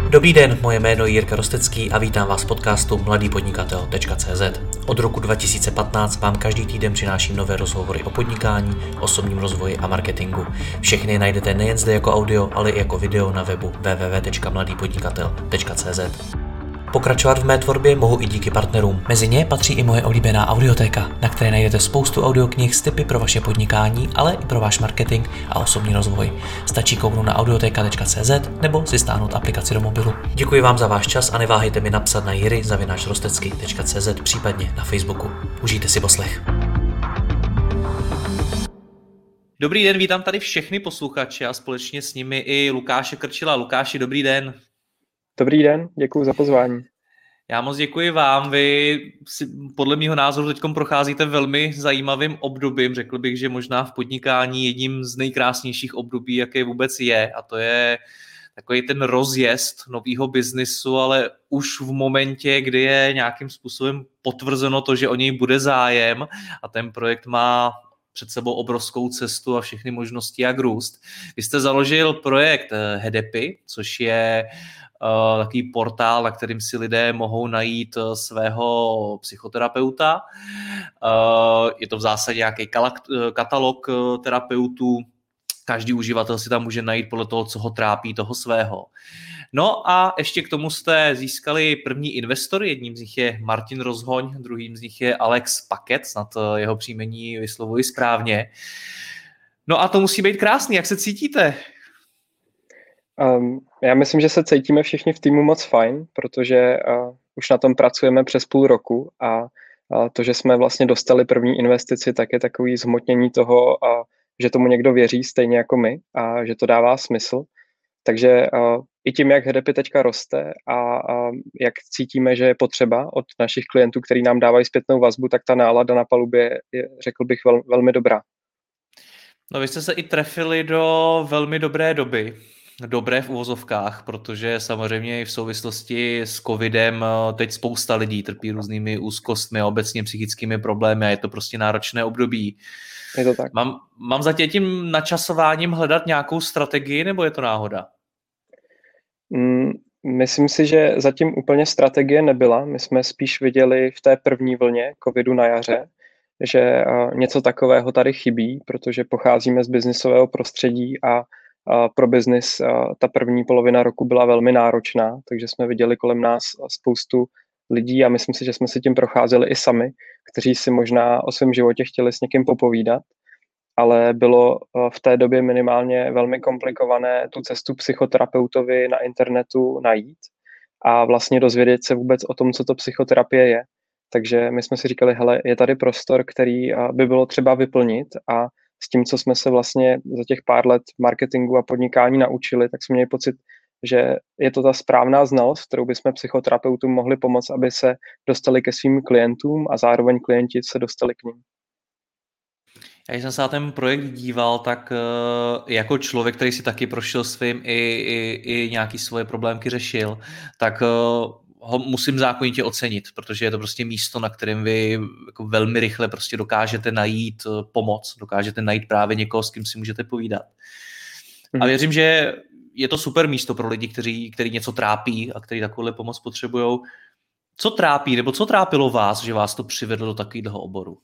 Dobrý den, moje jméno je Jirka Rostecký a vítám vás v podcastu mladýpodnikatel.cz. Od roku 2015 vám každý týden přináším nové rozhovory o podnikání, osobním rozvoji a marketingu. Všechny najdete nejen zde jako audio, ale i jako video na webu www.mladýpodnikatel.cz. Pokračovat v mé tvorbě mohu i díky partnerům. Mezi ně patří i moje oblíbená audiotéka, na které najdete spoustu audioknih s tipy pro vaše podnikání, ale i pro váš marketing a osobní rozvoj. Stačí kouknout na audioteka.cz nebo si stáhnout aplikaci do mobilu. Děkuji vám za váš čas a neváhejte mi napsat na jiry@rostecky.cz, případně na Facebooku. Užijte si poslech. Dobrý den, vítám tady všechny posluchače a společně s nimi i Lukáše Krčila. Lukáši, dobrý den. Dobrý den, děkuji za pozvání. Já moc děkuji vám. Vy si, podle mého názoru teď procházíte velmi zajímavým obdobím. Řekl bych, že možná v podnikání jedním z nejkrásnějších období, jaké vůbec je. A to je takový ten rozjezd nového biznisu, ale už v momentě, kdy je nějakým způsobem potvrzeno to, že o něj bude zájem a ten projekt má před sebou obrovskou cestu a všechny možnosti, jak růst. Vy jste založil projekt Hedepy, což je takový portál, na kterým si lidé mohou najít svého psychoterapeuta. Je to v zásadě nějaký katalog terapeutů. Každý uživatel si tam může najít podle toho, co ho trápí, toho svého. No a ještě k tomu jste získali první investory. Jedním z nich je Martin Rozhoň, druhým z nich je Alex Paket, snad jeho příjmení vyslovuji správně. No a to musí být krásný. Jak se cítíte? Já myslím, že se cítíme všichni v týmu moc fajn, protože už na tom pracujeme přes půl roku a to, že jsme vlastně dostali první investici, tak je takový zhmotnění toho, že tomu někdo věří stejně jako my a že to dává smysl. Takže i tím, jak Hedepy teďka roste a jak cítíme, že je potřeba od našich klientů, který nám dávají zpětnou vazbu, tak ta nálada na palubě je, řekl bych, velmi dobrá. No vy jste se i trefili do velmi dobré doby. Dobré v uvozovkách, protože samozřejmě i v souvislosti s covidem teď spousta lidí trpí různými úzkostmi a obecně psychickými problémy a je to prostě náročné období. Je to tak. Mám za tím načasováním hledat nějakou strategii, nebo je to náhoda? Myslím si, že zatím úplně strategie nebyla. My jsme spíš viděli v té první vlně covidu na jaře, že něco takového tady chybí, protože pocházíme z biznisového prostředí a pro biznis ta první polovina roku byla velmi náročná, takže jsme viděli kolem nás spoustu lidí a myslím si, že jsme si tím procházeli i sami, kteří si možná o svém životě chtěli s někým popovídat, ale bylo v té době minimálně velmi komplikované tu cestu psychoterapeutovi na internetu najít a vlastně dozvědět se vůbec o tom, co to psychoterapie je. Takže my jsme si říkali, hele, je tady prostor, který by bylo třeba vyplnit a s tím, co jsme se vlastně za těch pár let marketingu a podnikání naučili, tak jsme měli pocit, že je to ta správná znalost, kterou bychom psychoterapeutům mohli pomoct, aby se dostali ke svým klientům a zároveň klienti se dostali k nim. Já jsem se na ten projekt díval, tak jako člověk, který si taky prošel svým i nějaký svoje problémky řešil, tak ho musím zákonitě ocenit, protože je to prostě místo, na kterém vy jako velmi rychle prostě dokážete najít pomoc, dokážete najít právě někoho, s kým si můžete povídat. A věřím, že je to super místo pro lidi, kteří něco trápí a kteří takovouhle pomoc potřebují. Co trápí, nebo co trápilo vás, že vás to přivedlo do takového oboru?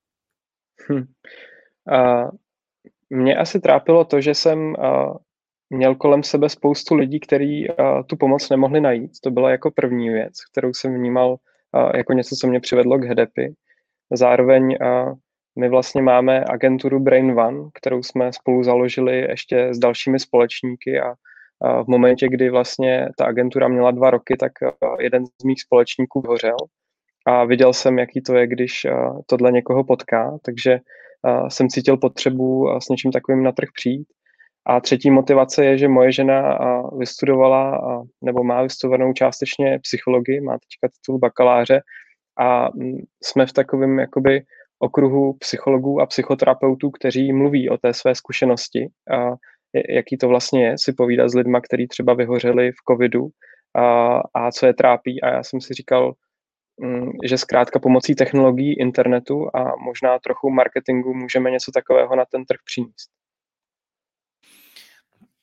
Mě asi trápilo to, že jsem měl kolem sebe spoustu lidí, kteří tu pomoc nemohli najít. To byla jako první věc, kterou jsem vnímal jako něco, co mě přivedlo k Hedepy. Zároveň my vlastně máme agenturu Brain One, kterou jsme spolu založili ještě s dalšími společníky a v momentě, kdy vlastně ta agentura měla 2 roky, tak jeden z mých společníků vyhořel a viděl jsem, jaký to je, když tohle někoho potká, takže jsem cítil potřebu s něčím takovým na trh přijít. A třetí motivace je, že moje žena vystudovala nebo má vystudovanou částečně psychologii, má teďka titul bakaláře a jsme v takovém jakoby okruhu psychologů a psychoterapeutů, kteří mluví o té své zkušenosti, jaký to vlastně je si povídat s lidma, kteří třeba vyhořeli v covidu a co je trápí. A já jsem si říkal, že zkrátka pomocí technologií, internetu a možná trochu marketingu můžeme něco takového na ten trh přinést.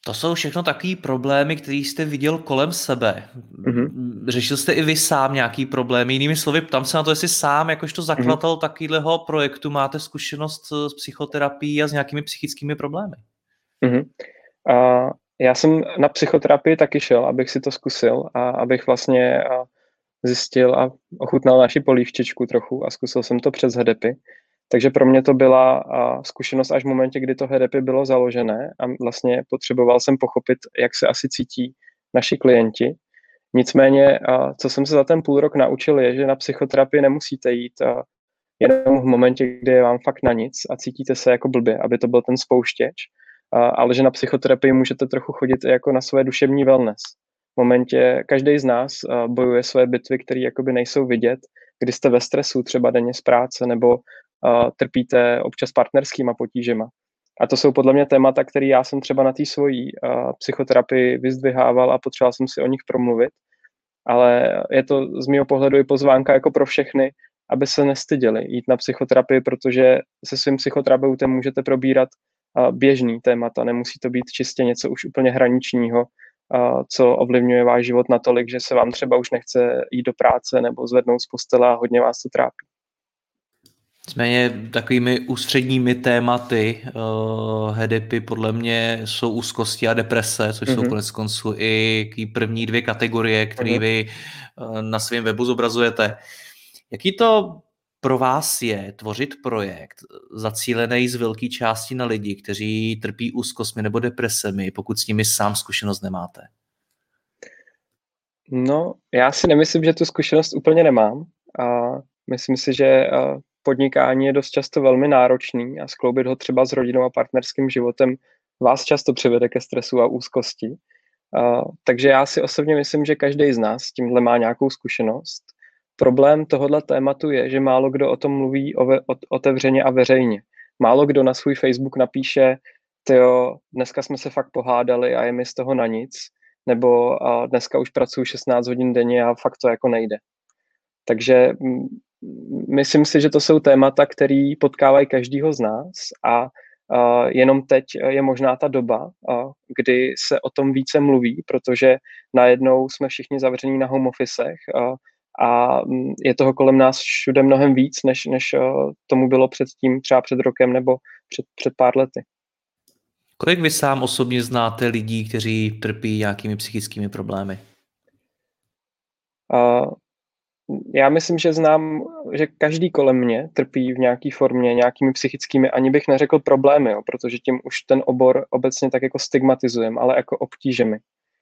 To jsou všechno takové problémy, které jste viděl kolem sebe. Mhm. Řešil jste i vy sám nějaký problémy? Jinými slovy, ptám se na to, jestli sám, jakožto Mhm. zakladatel takového projektu, máte zkušenost s psychoterapií a s nějakými psychickými problémy. Mhm. A já jsem na psychoterapii taky šel, abych si to zkusil a abych vlastně zjistil a ochutnal naši polívčičku trochu a zkusil jsem to přes HEDEPy. Takže pro mě to byla zkušenost až v momentě, kdy to HEDEPy bylo založené a vlastně potřeboval jsem pochopit, jak se asi cítí naši klienti. Nicméně, co jsem se za ten půl rok naučil, je, že na psychoterapii nemusíte jít jenom v momentě, kdy je vám fakt na nic a cítíte se jako blbě, aby to byl ten spouštěč, ale že na psychoterapii můžete trochu chodit i jako na své duševní wellness. V momentě, každý z nás bojuje své bitvy, které jakoby nejsou vidět, kdy jste ve stresu třeba denně z práce nebo trpíte občas partnerskýma potížema. A to jsou podle mě témata, které já jsem třeba na té svojí psychoterapii vyzdvihával a potřeboval jsem si o nich promluvit. Ale je to z mého pohledu i pozvánka jako pro všechny, aby se nestyděli jít na psychoterapii, protože se svým psychoterapeutem můžete probírat běžný témata, nemusí to být čistě něco už úplně hraničního, co ovlivňuje váš život natolik, že se vám třeba už nechce jít do práce nebo zvednout z postele a hodně vás to trápí. Nicméně takovými ústředními tématy HEDEPy podle mě jsou úzkosti a deprese, což jsou konec konců i první dvě kategorie, které vy na svém webu zobrazujete. Jaký to pro vás je tvořit projekt zacílený z velké části na lidi, kteří trpí úzkostmi nebo depresemi, pokud s nimi sám zkušenost nemáte? No, já si nemyslím, že tu zkušenost úplně nemám. Myslím si, že podnikání je dost často velmi náročný a skloubit ho třeba s rodinou a partnerským životem vás často přivede ke stresu a úzkosti. Takže já si osobně myslím, že každý z nás s tímhle má nějakou zkušenost. Problém tohohle tématu je, že málo kdo o tom mluví otevřeně a veřejně. Málo kdo na svůj Facebook napíše, tyjo, dneska jsme se fakt pohádali a je mi z toho na nic, nebo dneska už pracuji 16 hodin denně a fakt to jako nejde. Takže myslím si, že to jsou témata, které potkávají každýho z nás a jenom teď je možná ta doba, kdy se o tom více mluví, protože najednou jsme všichni zavření na home officech a je toho kolem nás všude mnohem víc, než tomu bylo předtím, třeba před rokem nebo před pár lety. Kolik vy sám osobně znáte lidí, kteří trpí nějakými psychickými problémy? Já myslím, že znám, že každý kolem mě trpí v nějaké formě nějakými psychickými, ani bych neřekl problémy, jo, protože tím už ten obor obecně tak jako stigmatizujeme, ale jako obtížemi.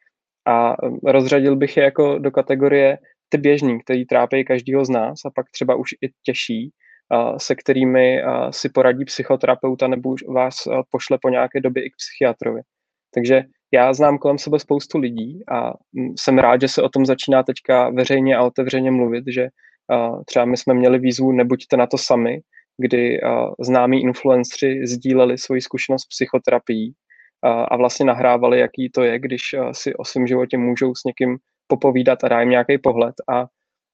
A rozřadil bych je jako do kategorie ty běžný, který trápí každýho z nás a pak třeba už i těžší, se kterými si poradí psychoterapeuta nebo už vás pošle po nějaké době i k psychiatrovi. Takže já znám kolem sebe spoustu lidí a jsem rád, že se o tom začíná teďka veřejně a otevřeně mluvit, že třeba my jsme měli výzvu Nebuďte na to sami, kdy známí influenceri sdíleli svoji zkušenost s psychoterapií a vlastně nahrávali, jaký to je, když si o svém životě můžou s někým popovídat a dá jim nějaký pohled. A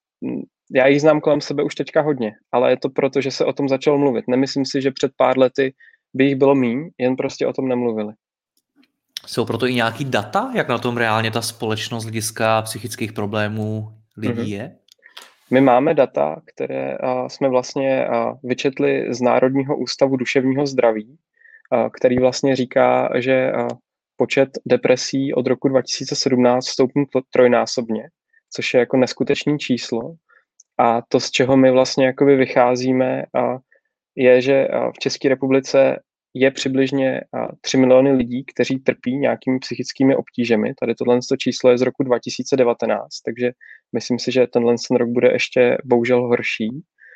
já jich znám kolem sebe už teďka hodně, ale je to proto, že se o tom začalo mluvit. Nemyslím si, že před pár lety by jich bylo míň, jen prostě o tom nemluvili. Jsou proto i nějaký data, jak na tom reálně ta společnost z hlediska psychických problémů lidí je? My máme data, které jsme vlastně vyčetli z Národního ústavu duševního zdraví, který vlastně říká, že počet depresí od roku 2017 stoupnul trojnásobně, což je jako neskutečné číslo. A to, z čeho my vlastně jakoby vycházíme, je, že v České republice je přibližně 3 miliony lidí, kteří trpí nějakými psychickými obtížemi. Tady tohle číslo je z roku 2019, takže myslím si, že ten rok bude ještě bohužel horší.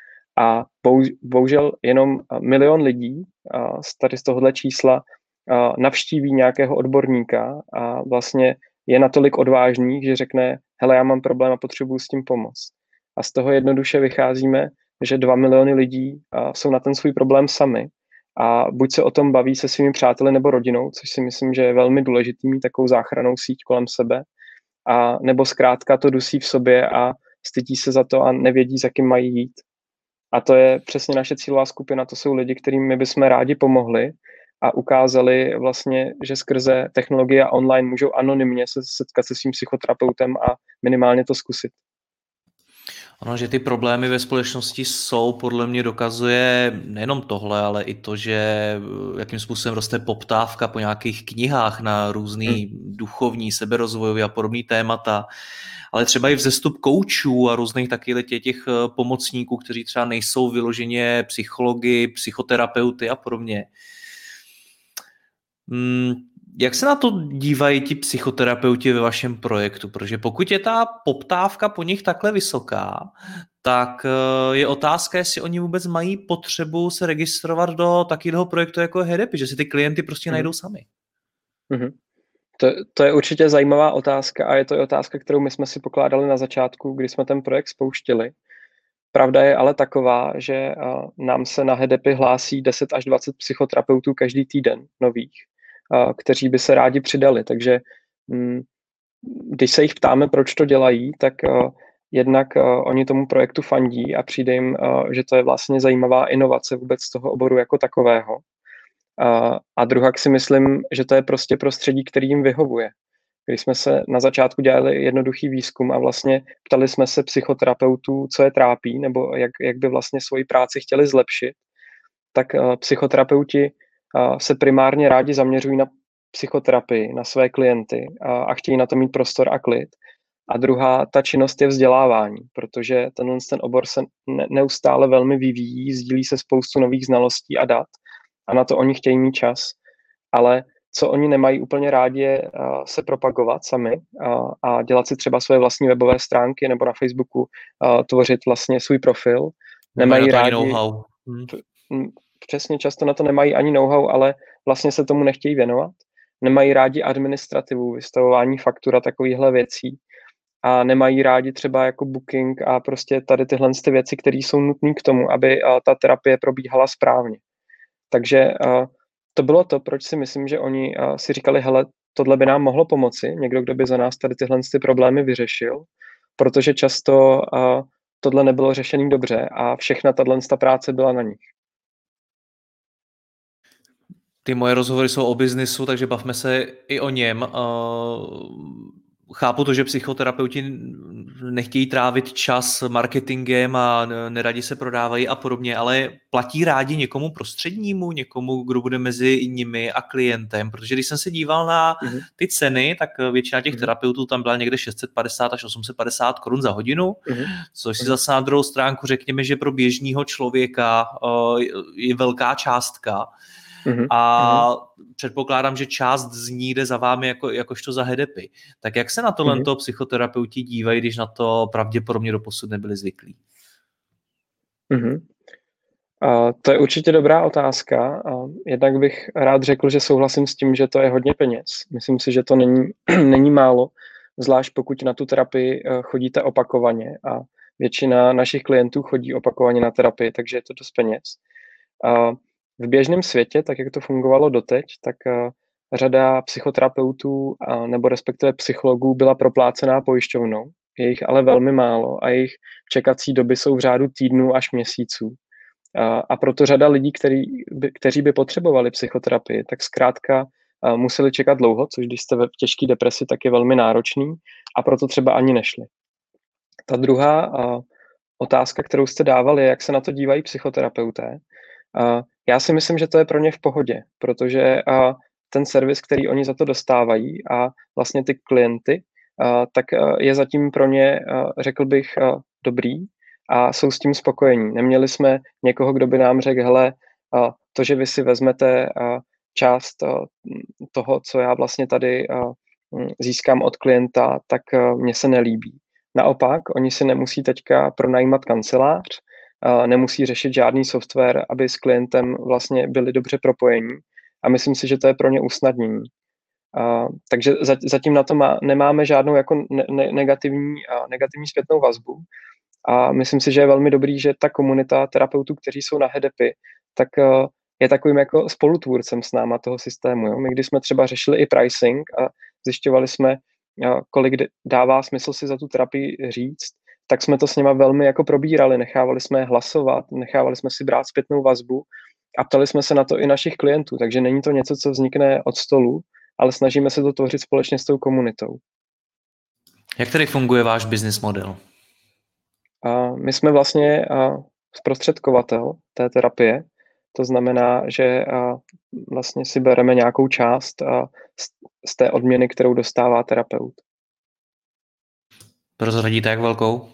A bohužel jenom 1 milion lidí tady z tohohle čísla navštíví nějakého odborníka a vlastně je natolik odvážný, že řekne, hele, já mám problém a potřebuji s tím pomoct. A z toho jednoduše vycházíme, že 2 miliony lidí jsou na ten svůj problém sami a buď se o tom baví se svými přáteli nebo rodinou, což si myslím, že je velmi důležitý mít takovou záchrannou síť kolem sebe, a nebo zkrátka to dusí v sobě a stydí se za to a nevědí, za kým mají jít. A to je přesně naše cílová skupina, to jsou lidi, kterým my bychom rádi pomohli a ukázali vlastně, že skrze technologie online můžou anonymně se setkat se svým psychoterapeutem a minimálně to zkusit. Ono, že ty problémy ve společnosti jsou, podle mě dokazuje nejenom tohle, ale i to, že jakým způsobem roste poptávka po nějakých knihách na různý duchovní, seberozvojový a podobný témata, ale třeba i vzestup koučů a různých těch pomocníků, kteří třeba nejsou vyloženě psychologi, psychoterapeuty a podobně. Jak se na to dívají ti psychoterapeuti ve vašem projektu? Protože pokud je ta poptávka po nich takhle vysoká, tak je otázka, jestli oni vůbec mají potřebu se registrovat do takového projektu jako HEDEPy, že si ty klienty prostě najdou sami. To je určitě zajímavá otázka a je to i otázka, kterou my jsme si pokládali na začátku, kdy jsme ten projekt spouštili. Pravda je ale taková, že nám se na HEDEPy hlásí 10 až 20 psychoterapeutů každý týden nových, kteří by se rádi přidali. Takže když se jich ptáme, proč to dělají, tak jednak oni tomu projektu fandí a přijde jim, že to je vlastně zajímavá inovace vůbec z toho oboru jako takového. A druhak si myslím, že to je prostě prostředí, který jim vyhovuje. Když jsme se na začátku dělali jednoduchý výzkum a vlastně ptali jsme se psychoterapeutů, co je trápí, nebo jak by vlastně svoji práci chtěli zlepšit, tak psychoterapeuti se primárně rádi zaměřují na psychoterapii, na své klienty a chtějí na to mít prostor a klid. A druhá, ta činnost je vzdělávání, protože ten obor se neustále velmi vyvíjí, sdílí se spoustu nových znalostí a dat a na to oni chtějí mít čas. Ale co oni nemají úplně rádi, je se propagovat sami a dělat si třeba své vlastní webové stránky nebo na Facebooku tvořit vlastně svůj profil. Nemají rádi know-how. Přesně, často na to nemají ani know-how, ale vlastně se tomu nechtějí věnovat. Nemají rádi administrativu, vystavování faktur a takovýchhle věcí. A nemají rádi třeba jako booking a prostě tady tyhle věci, které jsou nutné k tomu, aby ta terapie probíhala správně. Takže to bylo to, proč si myslím, že oni si říkali, hele, tohle by nám mohlo pomoci, někdo, kdo by za nás tady tyhle problémy vyřešil, protože často tohle nebylo řešený dobře a všechna ta práce byla na nich. Ty moje rozhovory jsou o biznisu, takže bavme se i o něm. Chápu to, že psychoterapeuti nechtějí trávit čas marketingem a neradi se prodávají a podobně, ale platí rádi někomu prostřednímu, někomu, kdo bude mezi nimi a klientem, protože když jsem se díval na ty ceny, tak většina těch terapeutů tam byla někde 650 až 850 korun za hodinu, což si zase na druhou stránku řekněme, že pro běžného člověka je velká částka. A předpokládám, že část z ní jde za vámi jakožto za HEDEPy. Tak jak se na tohle psychoterapeuti dívají, když na to pravděpodobně doposud nebyli zvyklí? To je určitě dobrá otázka. Jednak bych rád řekl, že souhlasím s tím, že to je hodně peněz. Myslím si, že to není málo, zvlášť pokud na tu terapii chodíte opakovaně a většina našich klientů chodí opakovaně na terapii, takže je to dost peněz. V běžném světě, tak jak to fungovalo doteď, tak řada psychoterapeutů nebo respektive psychologů byla proplácená pojišťovnou. Je jich ale velmi málo a jejich čekací doby jsou v řádu týdnů až měsíců. A proto řada lidí, kteří by potřebovali psychoterapii, tak zkrátka museli čekat dlouho, což když jste ve těžké depresi, tak je velmi náročný a proto třeba ani nešli. Ta druhá otázka, kterou jste dávali, je, jak se na to dívají psychoterapeuté. Já si myslím, že to je pro ně v pohodě, protože ten servis, který oni za to dostávají a vlastně ty klienty, tak je zatím pro ně, řekl bych, dobrý a jsou s tím spokojení. Neměli jsme někoho, kdo by nám řekl, hele, to, že vy si vezmete část toho, co já vlastně tady získám od klienta, tak mně se nelíbí. Naopak, oni si nemusí teďka pronajímat kancelář, nemusí řešit žádný software, aby s klientem vlastně byli dobře propojení. A myslím si, že to je pro ně usnadnění. Takže zatím na to nemáme žádnou jako negativní zpětnou vazbu. A myslím si, že je velmi dobrý, že ta komunita terapeutů, kteří jsou na HEDEPy, tak je takovým jako spolutvůrcem s náma toho systému. Jo? My když jsme třeba řešili i pricing a zjišťovali jsme, kolik dává smysl si za tu terapii říct, tak jsme to s nima velmi jako probírali, nechávali jsme je hlasovat, nechávali jsme si brát zpětnou vazbu A ptali jsme se na to i našich klientů, takže není to něco, co vznikne od stolu, ale snažíme se to tvořit společně s tou komunitou. Jak tedy funguje váš business model? My jsme vlastně zprostředkovatel té terapie, to znamená, že vlastně si bereme nějakou část z té odměny, kterou dostává terapeut. Prozradíte, jak velkou?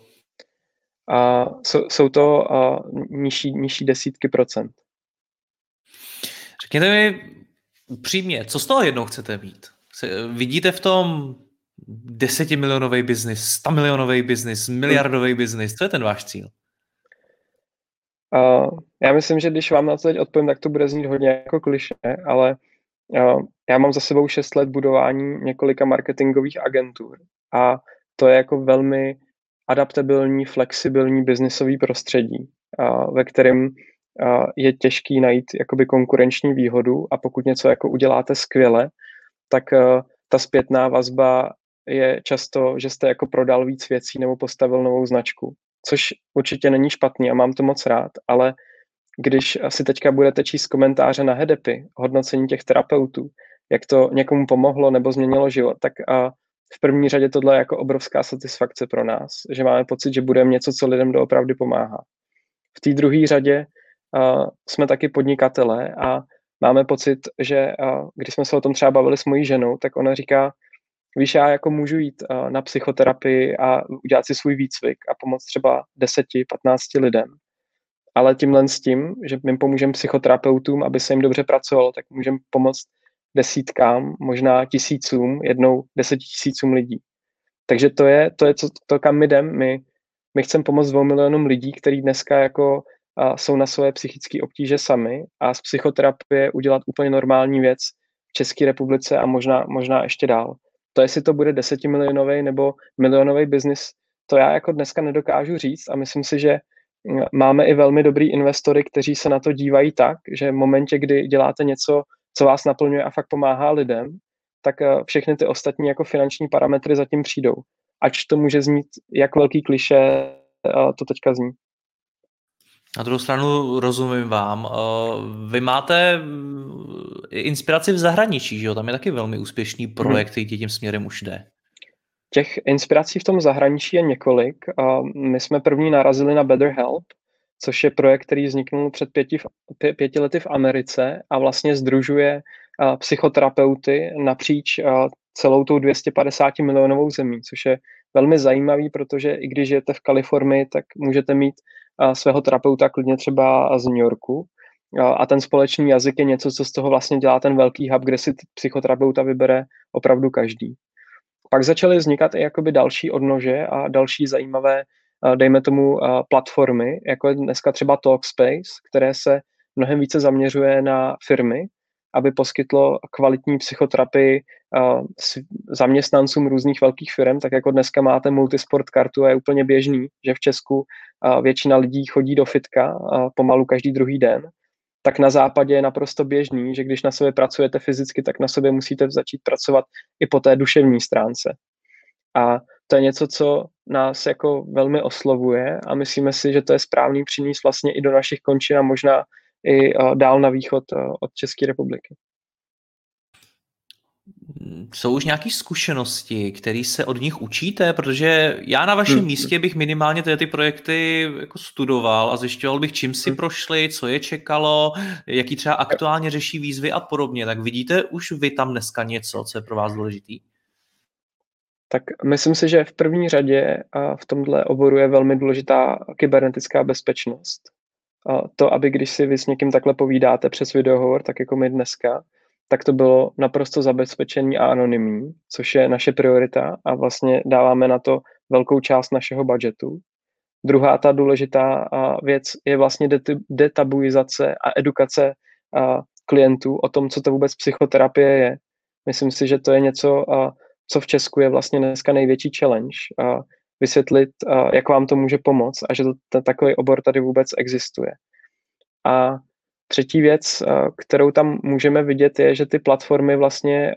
Jsou to nižší desítky procent. Řekněte mi upřímně, co z toho jednou chcete mít? Vidíte v tom 10milionový biznis, 100milionový biznis, miliardový biznis? Co je ten váš cíl? Já myslím, že když vám na to teď odpovím, tak to bude znít hodně jako klišé, ale já mám za sebou 6 let budování několika marketingových agentur a to je jako velmi adaptabilní, flexibilní biznisový prostředí, ve kterém je těžký najít jakoby konkurenční výhodu a pokud něco jako uděláte skvěle, tak ta zpětná vazba je často, že jste jako prodal víc věcí nebo postavil novou značku, což určitě není špatný a mám to moc rád, ale když asi teďka budete číst komentáře na Hedepy, hodnocení těch terapeutů, jak to někomu pomohlo nebo změnilo život, tak v první řadě tohle je jako obrovská satisfakce pro nás, že máme pocit, že budeme něco, co lidem doopravdy pomáhá. V té druhé řadě jsme taky podnikatelé a máme pocit, že když jsme se o tom třeba bavili s mojí ženou, tak ona říká, víš, já jako můžu jít na psychoterapii a udělat si svůj výcvik a pomoct třeba 10-15 lidem. Ale tímhle s tím, že my pomůžeme psychoterapeutům, aby se jim dobře pracovalo, tak můžeme pomoct desítkám, možná tisícům, jednou 10 000 lidí. Takže to je to, kam my jdeme. My chceme pomoct 2 milionům lidí, kteří dneska jako jsou na svoje psychické obtíže sami a z psychoterapie udělat úplně normální věc v České republice a možná ještě dál. To, jestli to bude 10milionový nebo milionový biznis, to já jako dneska nedokážu říct a myslím si, že máme i velmi dobrý investory, kteří se na to dívají tak, že v momentě, kdy děláte něco, co vás naplňuje a fakt pomáhá lidem, tak všechny ty ostatní jako finanční parametry zatím přijdou. Ač to může znít, jak velký klišé to teďka zní. Na druhou stranu rozumím vám. Vy máte inspiraci v zahraničí, že jo? Tam je taky velmi úspěšný projekt, který tím směrem už jde. Těch inspirací v tom zahraničí je několik. My jsme první narazili na BetterHelp, což je projekt, který vzniknul před 5 lety v Americe a vlastně sdružuje psychoterapeuty napříč celou tou 250 milionovou zemí, což je velmi zajímavý, protože i když žijete v Kalifornii, tak můžete mít svého terapeuta klidně třeba z New Yorku. A ten společný jazyk je něco, co z toho vlastně dělá ten velký hub, kde si psychoterapeuta vybere opravdu každý. Pak začaly vznikat i jakoby další odnože a další zajímavé, dejme tomu, platformy, jako je dneska třeba Talkspace, které se mnohem více zaměřuje na firmy, aby poskytlo kvalitní psychoterapii zaměstnancům různých velkých firm, tak jako dneska máte multisport kartu a je úplně běžný, že v Česku většina lidí chodí do fitka pomalu každý druhý den, tak na západě je naprosto běžný, že když na sobě pracujete fyzicky, tak na sobě musíte začít pracovat i po té duševní stránce. A to je něco, co nás jako velmi oslovuje a myslíme si, že to je správný přinést vlastně i do našich končin a možná i dál na východ od České republiky. Jsou už nějaké zkušenosti, které se od nich učíte? Protože já na vašem místě bych minimálně ty projekty jako studoval a zjišťoval bych, čím si prošli, co je čekalo, jaký třeba aktuálně řeší výzvy a podobně. Tak vidíte už vy tam dneska něco, co je pro vás důležitý? Tak myslím si, že v první řadě v tomhle oboru je velmi důležitá kybernetická bezpečnost. To, aby když si vy s někým takhle povídáte přes videohovor, tak jako my dneska, tak to bylo naprosto zabezpečený a anonymní, což je naše priorita a vlastně dáváme na to velkou část našeho budžetu. Druhá ta důležitá věc je vlastně detabuizace a edukace klientů o tom, co to vůbec psychoterapie je. Myslím si, že to je něco, co v Česku je vlastně dneska největší challenge, vysvětlit, jak vám to může pomoct a že takový obor tady vůbec existuje. A třetí věc, kterou tam můžeme vidět, je, že ty platformy vlastně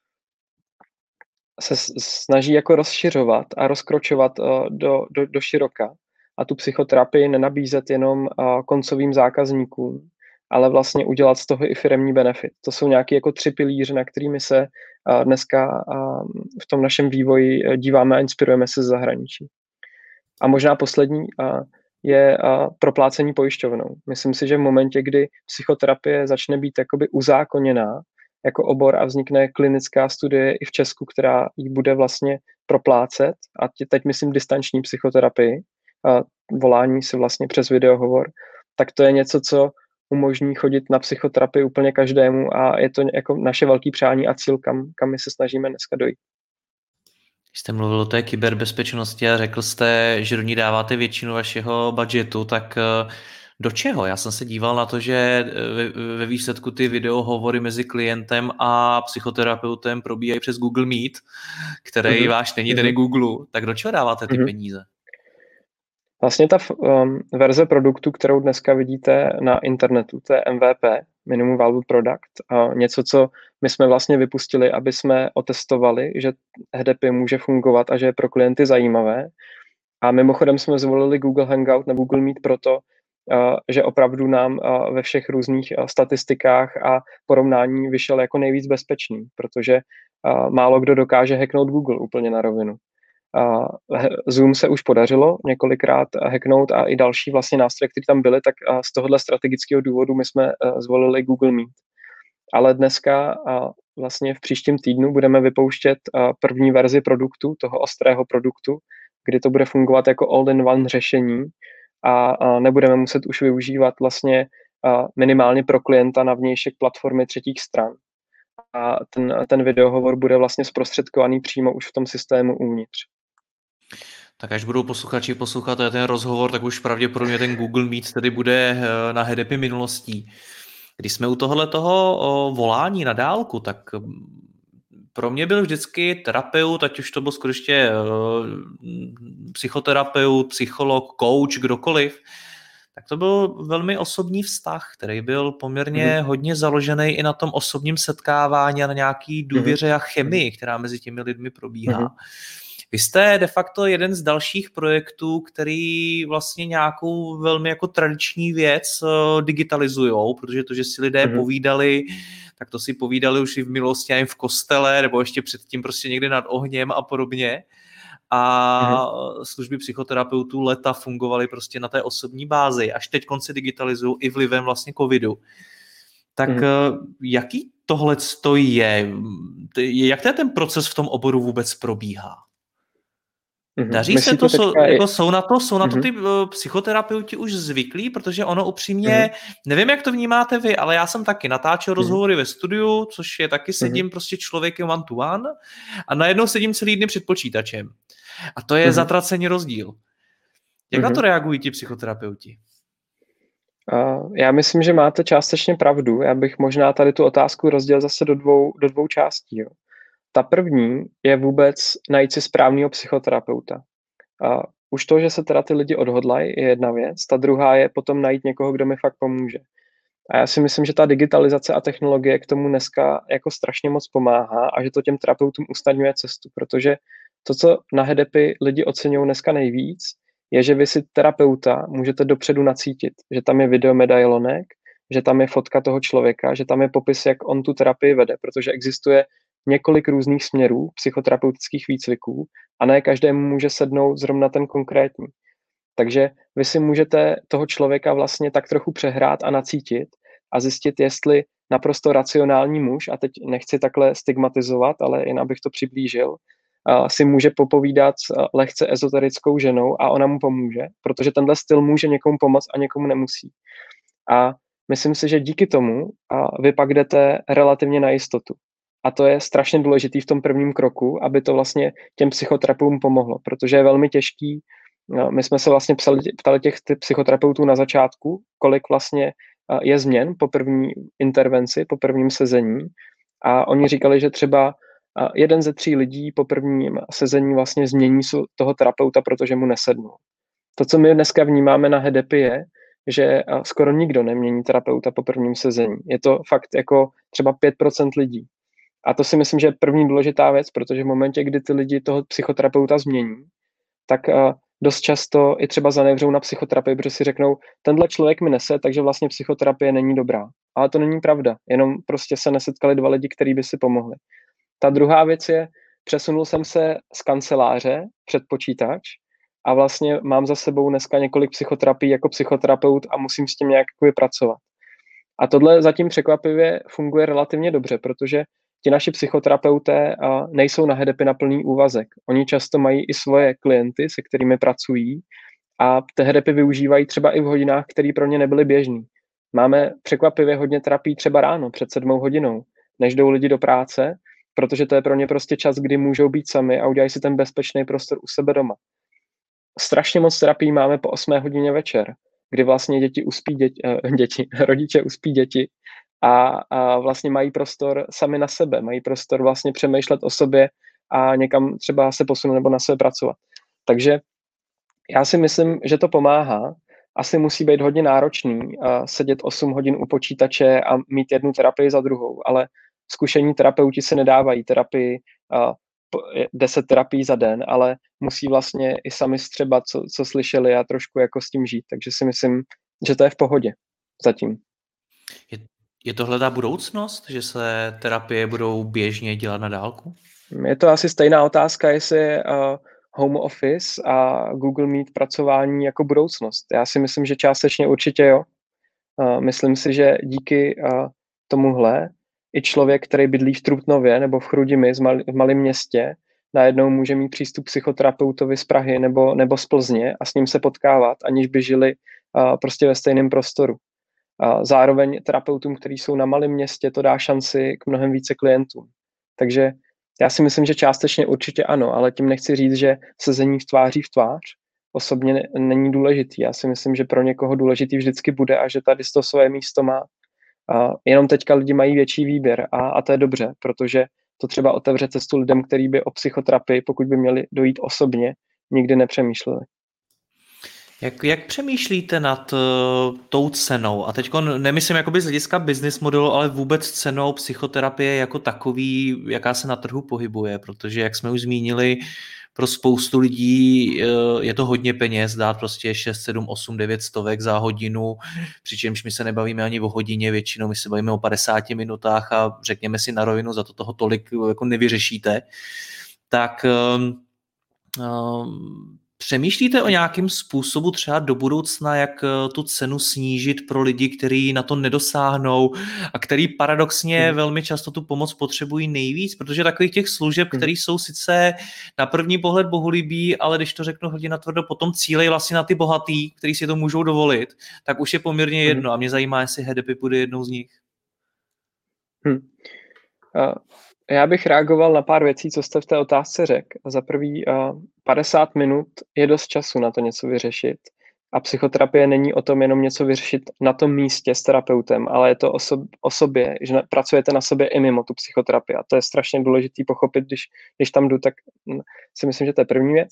se snaží jako rozšiřovat a rozkročovat do široka a tu psychoterapii nenabízet jenom koncovým zákazníkům, ale vlastně udělat z toho i firemní benefit. To jsou nějaké jako 3 pilíře, na kterými se dneska v tom našem vývoji díváme a inspirujeme se z zahraničí. A možná poslední je proplácení pojišťovnou. Myslím si, že v momentě, kdy psychoterapie začne být jakoby uzákoněná jako obor a vznikne klinická studie i v Česku, která ji bude vlastně proplácet, a teď myslím distanční psychoterapii, volání si vlastně přes videohovor, tak to je něco, co umožní chodit na psychoterapii úplně každému a je to jako naše velké přání a cíl, kam my se snažíme dneska dojít. Když jste mluvil o té kyberbezpečnosti a řekl jste, že do ní dáváte většinu vašeho budgetu, tak do čeho? Já jsem se díval na to, že ve výsledku ty videohovory mezi klientem a psychoterapeutem probíhají přes Google Meet, který váš není tedy Google. Tak do čeho dáváte ty peníze? Vlastně ta verze produktu, kterou dneska vidíte na internetu, to je MVP, Minimum Viable Product, něco, co my jsme vlastně vypustili, aby jsme otestovali, že HDP může fungovat a že je pro klienty zajímavé. A mimochodem jsme zvolili Google Hangout na Google Meet proto, že opravdu nám ve všech různých statistikách a porovnání vyšel jako nejvíc bezpečný, protože málo kdo dokáže hacknout Google úplně na rovinu. Zoom se už podařilo několikrát hacknout a i další vlastně nástroje, které tam byly, tak z tohohle strategického důvodu my jsme zvolili Google Meet. Ale dneska vlastně v příštím týdnu budeme vypouštět první verzi produktu, toho ostrého produktu, kdy to bude fungovat jako all-in-one řešení a nebudeme muset už využívat vlastně minimálně pro klienta na vnějšek platformy třetích stran. A ten videohovor bude vlastně zprostředkovaný přímo už v tom systému uvnitř. Tak až budou posluchači poslouchat ten rozhovor, tak už pravděpodobně ten Google Meet tedy bude na HDP minulostí. Když jsme u toho volání na dálku, tak pro mě byl vždycky terapeut, ať už to byl skutečně psychoterapeut, psycholog, coach, kdokoliv, tak to byl velmi osobní vztah, který byl poměrně hodně založený i na tom osobním setkávání a na nějaký důvěře a chemii, která mezi těmi lidmi probíhá. Vy jste de facto jeden z dalších projektů, který vlastně nějakou velmi jako tradiční věc digitalizujou, protože to, že si lidé povídali, tak to si povídali už i v minulosti v kostele, nebo ještě předtím prostě někde nad ohněm a podobně. A služby psychoterapeutů leta fungovaly prostě na té osobní bázi. Až teď se digitalizují i vlivem vlastně covidu. Tak jaký tohleto je? Jak ten proces v tom oboru vůbec probíhá? Daří se to, jako jsou na to ty psychoterapeuti už zvyklí, protože ono upřímně, nevím, jak to vnímáte vy, ale já jsem taky natáčel rozhovory ve studiu, což je taky sedím prostě člověkem one to one a najednou sedím celý dny před počítačem. A to je zatracený rozdíl. Jak na to reagují ti psychoterapeuti? Já myslím, že máte částečně pravdu. Já bych možná tady tu otázku rozdělil zase do dvou částí. Jo. Ta první je vůbec najít si správného psychoterapeuta. Už to, že se teda ty lidi odhodlají, je jedna věc. Ta druhá je potom najít někoho, kdo mi fakt pomůže. A já si myslím, že ta digitalizace a technologie k tomu dneska jako strašně moc pomáhá a že to těm terapeutům usnadňuje cestu, protože to, co na HDPy lidi oceňují dneska nejvíc, je, že vy si terapeuta můžete dopředu nacítit, že tam je videomedailonek, že tam je fotka toho člověka, že tam je popis, jak on tu terapii vede, protože existuje několik různých směrů psychoterapeutických výcviků a ne každému může sednout zrovna ten konkrétní. Takže vy si můžete toho člověka vlastně tak trochu přehrát a nacítit a zjistit, jestli naprosto racionální muž, a teď nechci takhle stigmatizovat, ale jen abych to přiblížil, si může popovídat s lehce ezoterickou ženou a ona mu pomůže, protože tenhle styl může někomu pomoct a někomu nemusí. A myslím si, že díky tomu vy pak jdete relativně na jistotu. A to je strašně důležitý v tom prvním kroku, aby to vlastně těm psychoterapeutům pomohlo, protože je velmi těžký. My jsme se vlastně ptali těch psychoterapeutů na začátku, kolik vlastně je změn po první intervenci, po prvním sezení. A oni říkali, že třeba 1 ze 3 lidí po prvním sezení vlastně změní toho terapeuta, protože mu nesednou. To, co my dneska vnímáme na HDP je, že skoro nikdo nemění terapeuta po prvním sezení. Je to fakt jako třeba 5% lidí. A to si myslím, že je první důležitá věc, protože v momentě, kdy ty lidi toho psychoterapeuta změní, tak dost často i třeba zanevřou na psychoterapii, protože si řeknou, tenhle člověk mi nese, takže vlastně psychoterapie není dobrá. Ale to není pravda, jenom prostě se nesetkali dva lidi, kteří by si pomohli. Ta druhá věc je, přesunul jsem se z kanceláře před počítač a vlastně mám za sebou dneska několik psychoterapií jako psychoterapeut a musím s tím nějak pracovat. A tohle zatím překvapivě funguje relativně dobře, protože ti naši psychoterapeuté nejsou na HDPy na plný úvazek. Oni často mají i svoje klienty, se kterými pracují a ty HDPy využívají třeba i v hodinách, které pro ně nebyly běžný. Máme překvapivě hodně terapií třeba ráno, před 7 hodinou, než jdou lidi do práce, protože to je pro ně prostě čas, kdy můžou být sami a udělají si ten bezpečný prostor u sebe doma. Strašně moc terapií máme po 8 hodině večer, kdy vlastně rodiče uspí děti a vlastně mají prostor sami na sebe, mají prostor vlastně přemýšlet o sobě a někam třeba se posunout nebo na sebe pracovat. Takže já si myslím, že to pomáhá. Asi musí být hodně náročný sedět 8 hodin u počítače a mít jednu terapii za druhou, ale zkušení terapeuti se nedávají terapii 10 terapií za den, ale musí vlastně i sami střebat, co slyšeli a trošku jako s tím žít. Takže si myslím, že to je v pohodě zatím. Je tohle ta budoucnost, že se terapie budou běžně dělat na dálku? Je to asi stejná otázka, jestli je home office a Google Meet pracování jako budoucnost. Já si myslím, že částečně určitě jo. Myslím si, že díky tomuhle i člověk, který bydlí v Trutnově nebo v Chrudimi v malém městě, najednou může mít přístup psychoterapeutovi z Prahy nebo z Plzně a s ním se potkávat, aniž by žili prostě ve stejném prostoru. Zároveň terapeutům, kteří jsou na malém městě, to dá šanci k mnohem více klientům. Takže já si myslím, že částečně určitě ano, ale tím nechci říct, že sezení v tváří v tvář osobně není důležitý. Já si myslím, že pro někoho důležitý vždycky bude a že tady to své místo má. Jenom teďka lidi mají větší výběr a to je dobře, protože to třeba otevře cestu lidem, kteří by o psychoterapii, pokud by měli dojít osobně, nikdy nepřemýšleli. Jak přemýšlíte nad tou cenou? A teď nemyslím jakoby z hlediska business modelu, ale vůbec cenou psychoterapie jako takový, jaká se na trhu pohybuje, protože jak jsme už zmínili, pro spoustu lidí je to hodně peněz, dát prostě 6, 7, 8, 9 stovek za hodinu, přičemž my se nebavíme ani o hodině, většinou my se bavíme o 50 minutách a řekněme si na rovinu, za to toho tolik jako nevyřešíte. Tak přemýšlíte o nějakém způsobu třeba do budoucna, jak tu cenu snížit pro lidi, kteří na to nedosáhnou a který paradoxně velmi často tu pomoc potřebují nejvíc, protože takových těch služeb, které jsou sice na první pohled bohulibý, ale když to řeknu hodně natvrdo, potom cílejí vlastně na ty bohatý, kteří si to můžou dovolit, tak už je poměrně jedno a mě zajímá, jestli HDPy bude jednou z nich. Já bych reagoval na pár věcí, co jste v té otázce řekl. Za prvý, 50 minut je dost času na to něco vyřešit. A psychoterapie není o tom jenom něco vyřešit na tom místě s terapeutem, ale je to o sobě, že pracujete na sobě i mimo tu psychoterapii. A to je strašně důležitý pochopit, když tam jdu, tak si myslím, že to je první věc.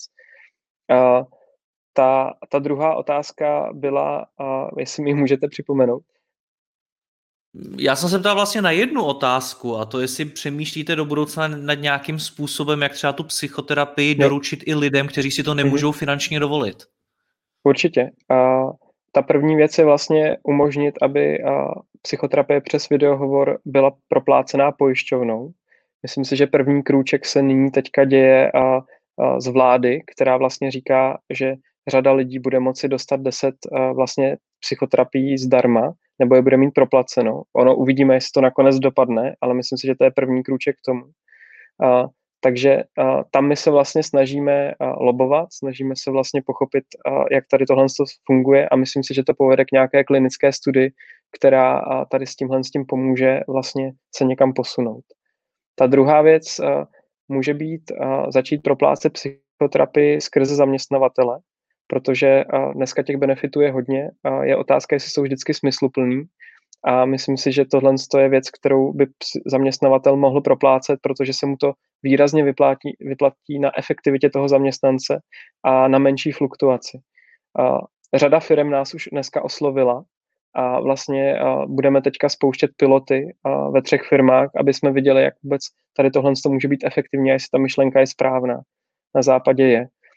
Ta druhá otázka byla, jestli mi můžete připomenout. Já jsem se ptal vlastně na jednu otázku a to jestli přemýšlíte do budoucna nad nějakým způsobem, jak třeba tu psychoterapii doručit i lidem, kteří si to nemůžou finančně dovolit. Určitě. Ta první věc je vlastně umožnit, aby psychoterapie přes videohovor byla proplácená pojišťovnou. Myslím si, že první krůček se nyní teďka děje z vlády, která vlastně říká, že řada lidí bude moci dostat 10 vlastně psychoterapií zdarma, nebo je bude mít proplaceno. Ono uvidíme, jestli to nakonec dopadne, ale myslím si, že to je první krůček k tomu. Takže tam my se vlastně snažíme lobovat, snažíme se vlastně pochopit, jak tady tohle funguje a myslím si, že to povede k nějaké klinické studii, která tady s tím pomůže vlastně se někam posunout. Ta druhá věc může být začít proplácet psychoterapii skrze zaměstnavatele, protože dneska těch benefitů je hodně. Je otázka, jestli jsou vždycky smysluplný. A myslím si, že tohle je věc, kterou by zaměstnavatel mohl proplácet, protože se mu to výrazně vyplatí na efektivitě toho zaměstnance a na menší fluktuaci. Řada firem nás už dneska oslovila a vlastně budeme teďka spouštět piloty ve 3 firmách, aby jsme viděli, jak vůbec tady tohle může být efektivní a jestli ta myšlenka je správná. Na západě je.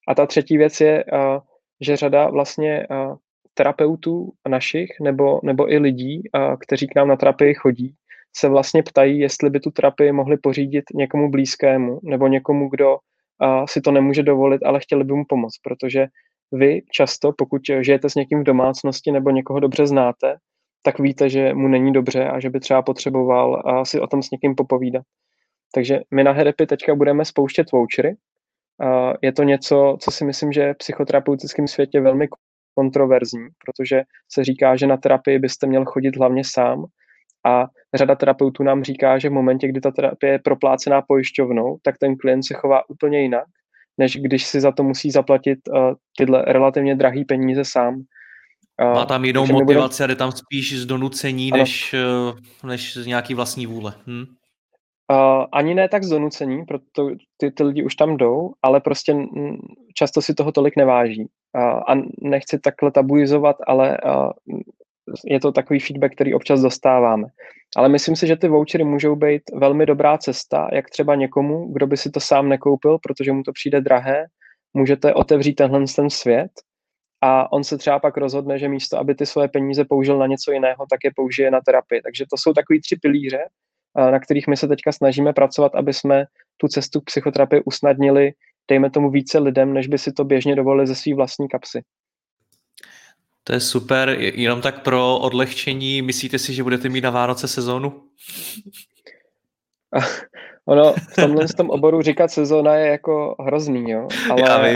A ta třetí věc je, že řada vlastně terapeutů našich nebo i lidí, kteří k nám na terapii chodí, se vlastně ptají, jestli by tu terapii mohli pořídit někomu blízkému nebo někomu, kdo si to nemůže dovolit, ale chtěli by mu pomoct, protože vy často, pokud žijete s někým v domácnosti nebo někoho dobře znáte, tak víte, že mu není dobře a že by třeba potřeboval si o tom s někým popovídat. Takže my na Hedepy teďka budeme spouštět vouchery. Je to něco, co si myslím, že je v psychoterapeutickém světě velmi kontroverzní, protože se říká, že na terapii byste měl chodit hlavně sám a řada terapeutů nám říká, že v momentě, kdy ta terapie je proplácená pojišťovnou, tak ten klient se chová úplně jinak, než když si za to musí zaplatit tyhle relativně drahý peníze sám. Má tam jinou motivaci a jde tam spíš z donucení, než z nějaký vlastní vůle. Ani ne tak z donucení, proto ty lidi už tam jdou, ale prostě často si toho tolik neváží. A nechci takhle tabuizovat, ale je to takový feedback, který občas dostáváme. Ale myslím si, že ty vouchery můžou být velmi dobrá cesta, jak třeba někomu, kdo by si to sám nekoupil, protože mu to přijde drahé, můžete otevřít ten svět a on se třeba pak rozhodne, že místo, aby ty svoje peníze použil na něco jiného, tak je použije na terapii. Takže to jsou takový 3 pilíře, na kterých my se teďka snažíme pracovat, aby jsme tu cestu k psychoterapii usnadnili, dejme tomu více lidem, než by si to běžně dovolili ze svý vlastní kapsy. To je super, jenom tak pro odlehčení, myslíte si, že budete mít na Vánoce sezónu? Ono v tomhle oboru říkat sezóna je jako hrozný, jo, ale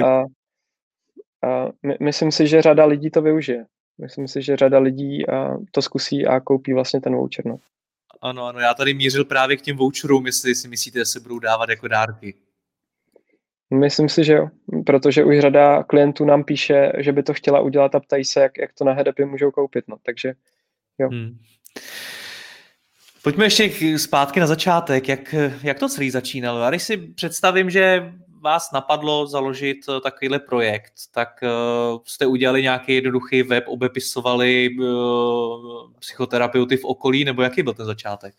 myslím si, že řada lidí to využije. Myslím si, že řada lidí to zkusí a koupí vlastně ten voucher. No. Ano, já tady mířil právě k těm voucherům, jestli si myslíte, že se budou dávat jako dárky. Myslím si, že jo, protože už řada klientů nám píše, že by to chtěla udělat a ptají se, jak to na Hedepy můžou koupit, no, takže jo. Pojďme ještě zpátky na začátek, jak to celý začínalo. Já když si představím, že vás napadlo založit takovýhle projekt, tak jste udělali nějaký jednoduchý web, obepisovali psychoterapeuty v okolí, nebo jaký byl ten začátek?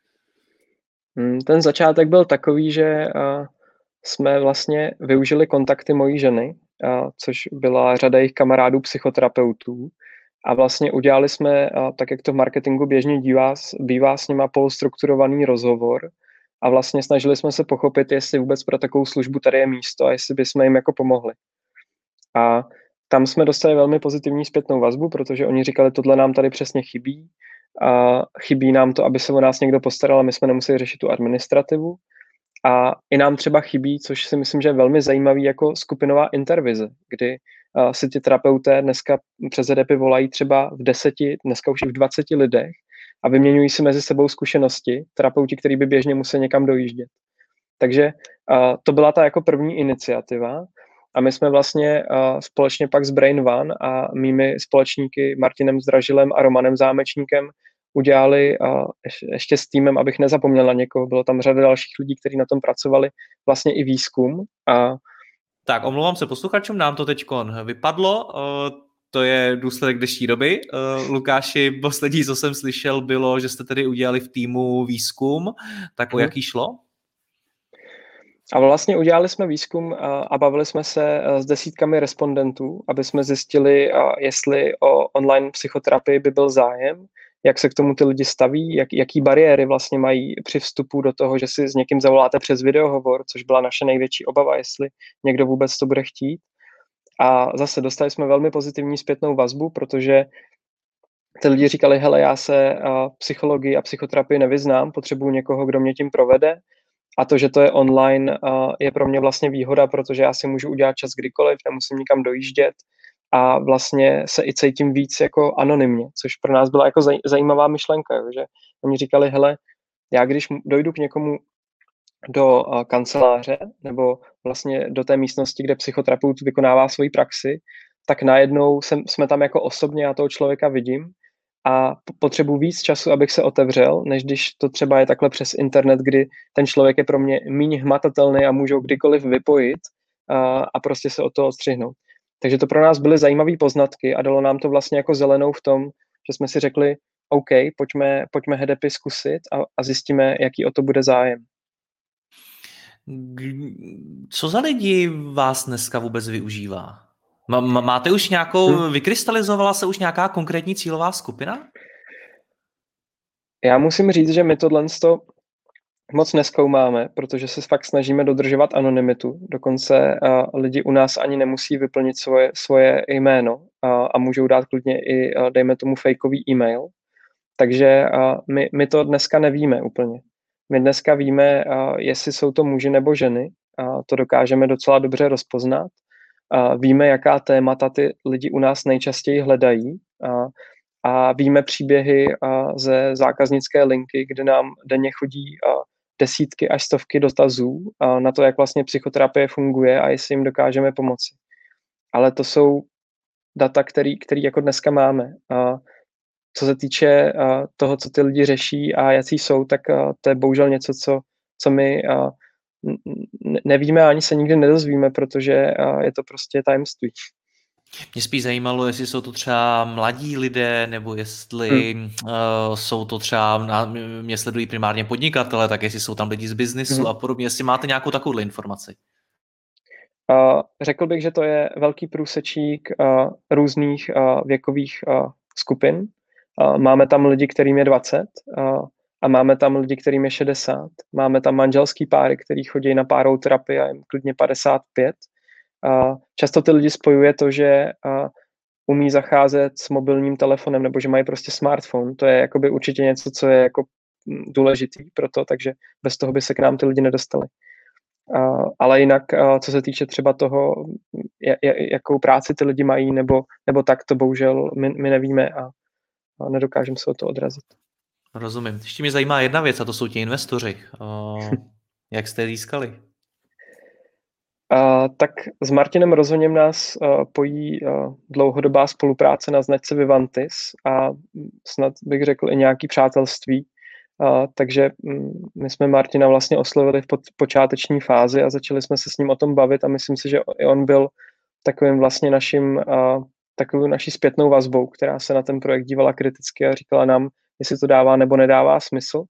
Ten začátek byl takový, že jsme vlastně využili kontakty mojí ženy, což byla řada jejich kamarádů psychoterapeutů. A vlastně udělali jsme, tak jak to v marketingu běžně bývá s nima polostrukturovaný rozhovor a vlastně snažili jsme se pochopit, jestli vůbec pro takovou službu tady je místo a jestli bychom jim jako pomohli. A tam jsme dostali velmi pozitivní zpětnou vazbu, protože oni říkali, tohle nám tady přesně chybí. A chybí nám to, aby se o nás někdo postaral a my jsme nemuseli řešit tu administrativu. A i nám třeba chybí, což si myslím, že je velmi zajímavý, jako skupinová intervize, kdy si ty terapeuté dneska přes Hedepy volají třeba dneska už i v 20 lidech a vyměňují si mezi sebou zkušenosti, terapeuti, který by běžně museli někam dojíždět. Takže to byla ta jako první iniciativa a my jsme vlastně společně pak s Brain One a mými společníky Martinem Zdražilem a Romanem Zámečníkem udělali ještě s týmem, abych nezapomněl na někoho, bylo tam řada dalších lidí, kteří na tom pracovali, vlastně i výzkum. Tak, omlouvám se posluchačům, nám to teďkon vypadlo, to je důsledek dnešní doby. Lukáši, poslední, co jsem slyšel, bylo, že jste tedy udělali v týmu výzkum, tak o jaký šlo? A vlastně udělali jsme výzkum a bavili jsme se s desítkami respondentů, aby jsme zjistili, jestli o online psychoterapii by byl zájem, jak se k tomu ty lidi staví, jaký bariéry vlastně mají při vstupu do toho, že si s někým zavoláte přes videohovor, což byla naše největší obava, jestli někdo vůbec to bude chtít. A zase dostali jsme velmi pozitivní zpětnou vazbu, protože ty lidi říkali, hele, já se psychologii a psychoterapii nevyznám, potřebuji někoho, kdo mě tím provede. A to, že to je online, je pro mě vlastně výhoda, protože já si můžu udělat čas kdykoliv, nemusím nikam dojíždět a vlastně se i cítím víc jako anonymně, což pro nás byla jako zajímavá myšlenka, že oni říkali, hele, já když dojdu k někomu do kanceláře nebo vlastně do té místnosti, kde psychoterapeut vykonává svoji praxi, tak najednou jsme tam jako osobně, já toho člověka vidím a potřebuji víc času, abych se otevřel, než když to třeba je takhle přes internet, kdy ten člověk je pro mě méně hmatatelný a můžu kdykoliv vypojit a prostě se od toho odstřihnout. Takže to pro nás byly zajímavé poznatky a dalo nám to vlastně jako zelenou v tom, že jsme si řekli, OK, pojďme Hedepy zkusit a zjistíme, jaký o to bude zájem. Co za lidi vás dneska vůbec využívá? Máte už Hm. vykrystalizovala se už nějaká konkrétní cílová skupina? Já musím říct, že my tohle moc nezkoumáme, protože se fakt snažíme dodržovat anonymitu. Dokonce lidi u nás ani nemusí vyplnit svoje jméno a můžou dát klidně i, dejme tomu, fejkový e-mail. Takže my to dneska nevíme úplně. My dneska víme, jestli jsou to muži nebo ženy. To dokážeme docela dobře rozpoznat. Víme, jaká témata ty lidi u nás nejčastěji hledají. A víme příběhy ze zákaznické linky, kde nám denně chodí desítky až stovky dotazů na to, jak vlastně psychoterapie funguje a jestli jim dokážeme pomoci. Ale to jsou data, který jako dneska máme. Co se týče toho, co ty lidi řeší a jaký jsou, tak to je bohužel něco, co my nevíme a ani se nikdy nedozvíme, protože je to prostě tajemství. Mě spíš zajímalo, jestli jsou to třeba mladí lidé, nebo jestli jsou to třeba, mě sledují primárně podnikatele, tak jestli jsou tam lidi z biznisu a podobně, jestli máte nějakou takovou informaci. Řekl bych, že to je velký průsečík různých věkových skupin. Máme tam lidi, kterým je 20 a máme tam lidi, kterým je 60. Máme tam manželský páry, který chodí na párovou terapii a jim klidně 55. Často ty lidi spojuje to, že umí zacházet s mobilním telefonem nebo že mají prostě smartphone. To je jakoby určitě něco, co je jako důležitý pro to, takže bez toho by se k nám ty lidi nedostali. Ale jinak, co se týče třeba toho, jakou práci ty lidi mají, nebo tak, to bohužel my nevíme a nedokážeme se o to odrazit. Rozumím. Ještě mě zajímá jedna věc, a to jsou ti investoři. Jak jste je získali? Tak s Martinem Rozhoněm nás pojí dlouhodobá spolupráce na značce Vivantis a snad bych řekl i nějaký přátelství. Takže my jsme Martina vlastně oslovili v počáteční fázi a začali jsme se s ním o tom bavit a myslím si, že i on byl takovým vlastně takovou naší zpětnou vazbou, která se na ten projekt dívala kriticky a říkala nám, jestli to dává nebo nedává smysl.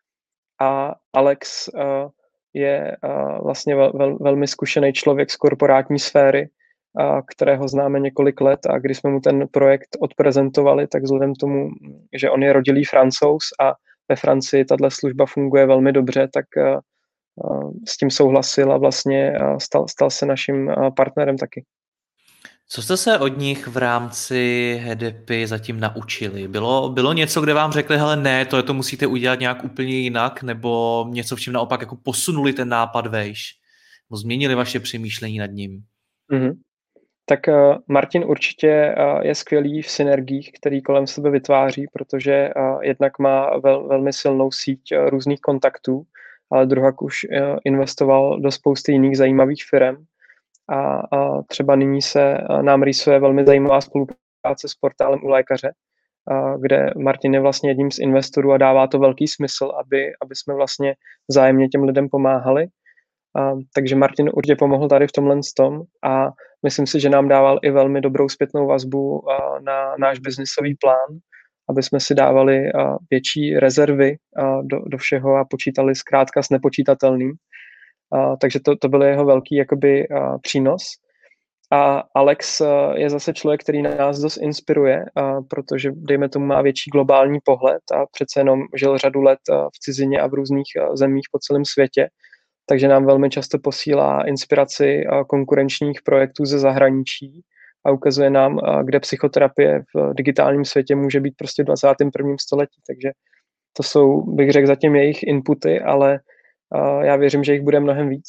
A Alex je vlastně velmi zkušený člověk z korporátní sféry, kterého známe několik let a když jsme mu ten projekt odprezentovali, tak vzhledem tomu, že on je rodilý Francouz a ve Francii tato služba funguje velmi dobře, tak s tím souhlasil a vlastně stal se naším partnerem taky. Co jste se od nich v rámci HEDEPy zatím naučili? Bylo něco, kde vám řekli, hele ne, to musíte udělat nějak úplně jinak, nebo něco, v čem naopak jako posunuli ten nápad vejš? Nebo změnili vaše přemýšlení nad ním? Mm-hmm. Tak Martin určitě je skvělý v synergiích, který kolem sebe vytváří, protože jednak má velmi silnou síť různých kontaktů, ale druhak už investoval do spousty jiných zajímavých firm. A třeba nyní se nám rýsuje velmi zajímavá spolupráce s portálem U lékaře, kde Martin je vlastně jedním z investorů a dává to velký smysl, aby jsme vlastně vzájemně těm lidem pomáhali. Takže Martin určitě pomohl tady v tomhle tom a myslím si, že nám dával i velmi dobrou zpětnou vazbu na náš biznisový plán, aby jsme si dávali větší rezervy do všeho a počítali zkrátka s nepočítatelným. Takže to byl jeho velký jakoby přínos. A Alex je zase člověk, který nás dost inspiruje, protože, dejme tomu, má větší globální pohled a přece jenom žil řadu let v cizině a v různých zemích po celém světě. Takže nám velmi často posílá inspiraci konkurenčních projektů ze zahraničí a ukazuje nám, kde psychoterapie v digitálním světě může být prostě v 21. století. Takže to jsou, bych řekl, zatím jejich inputy, ale já věřím, že jich bude mnohem víc.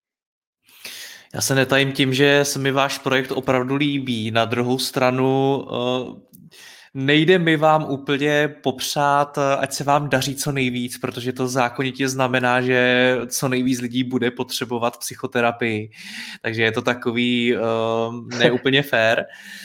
Já se netajím tím, že se mi váš projekt opravdu líbí. Na druhou stranu nejde mi vám úplně popřát, ať se vám daří co nejvíc, protože to zákonitě znamená, že co nejvíc lidí bude potřebovat psychoterapii. Takže je to takový neúplně fair.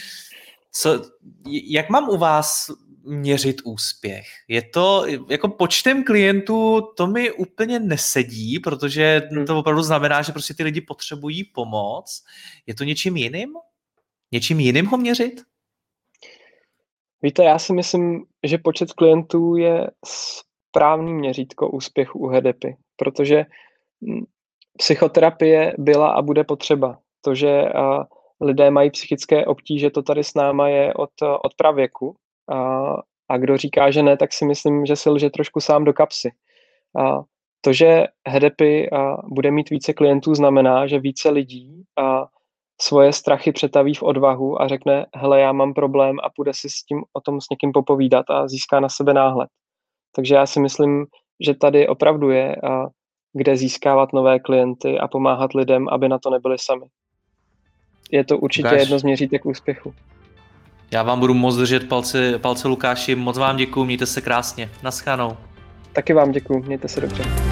Jak mám u vás měřit úspěch? Je to jako počtem klientů, to mi úplně nesedí, protože to opravdu znamená, že prostě ty lidi potřebují pomoc. Je to něčím jiným? Něčím jiným ho měřit? Víte, já si myslím, že počet klientů je správný měřítko úspěchu u HEDEPy, protože psychoterapie byla a bude potřeba. To, že lidé mají psychické obtíže, to tady s náma je od pravěku. A kdo říká, že ne, tak si myslím, že si lže trošku sám do kapsy. To, že HEDEPy bude mít více klientů, znamená, že více lidí svoje strachy přetaví v odvahu a řekne, hele, já mám problém a půjde si o tom s někým popovídat a získá na sebe náhled. Takže já si myslím, že tady opravdu je kde získávat nové klienty a pomáhat lidem, aby na to nebyli sami. Je to určitě jedno z měřítek úspěchu. Já vám budu moc držet palce Lukáši, moc vám děkuju, mějte se krásně. Naschledanou. Taky vám děkuju, mějte se dobře.